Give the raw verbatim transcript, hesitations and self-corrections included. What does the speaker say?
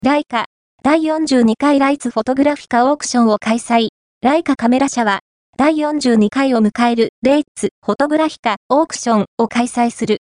ライカ、だいよんじゅうにかいライツフォトグラフィカオークションを開催。ライカカメラ社は、だいよんじゅうにかいを迎えるレイツフォトグラフィカオークションを開催する。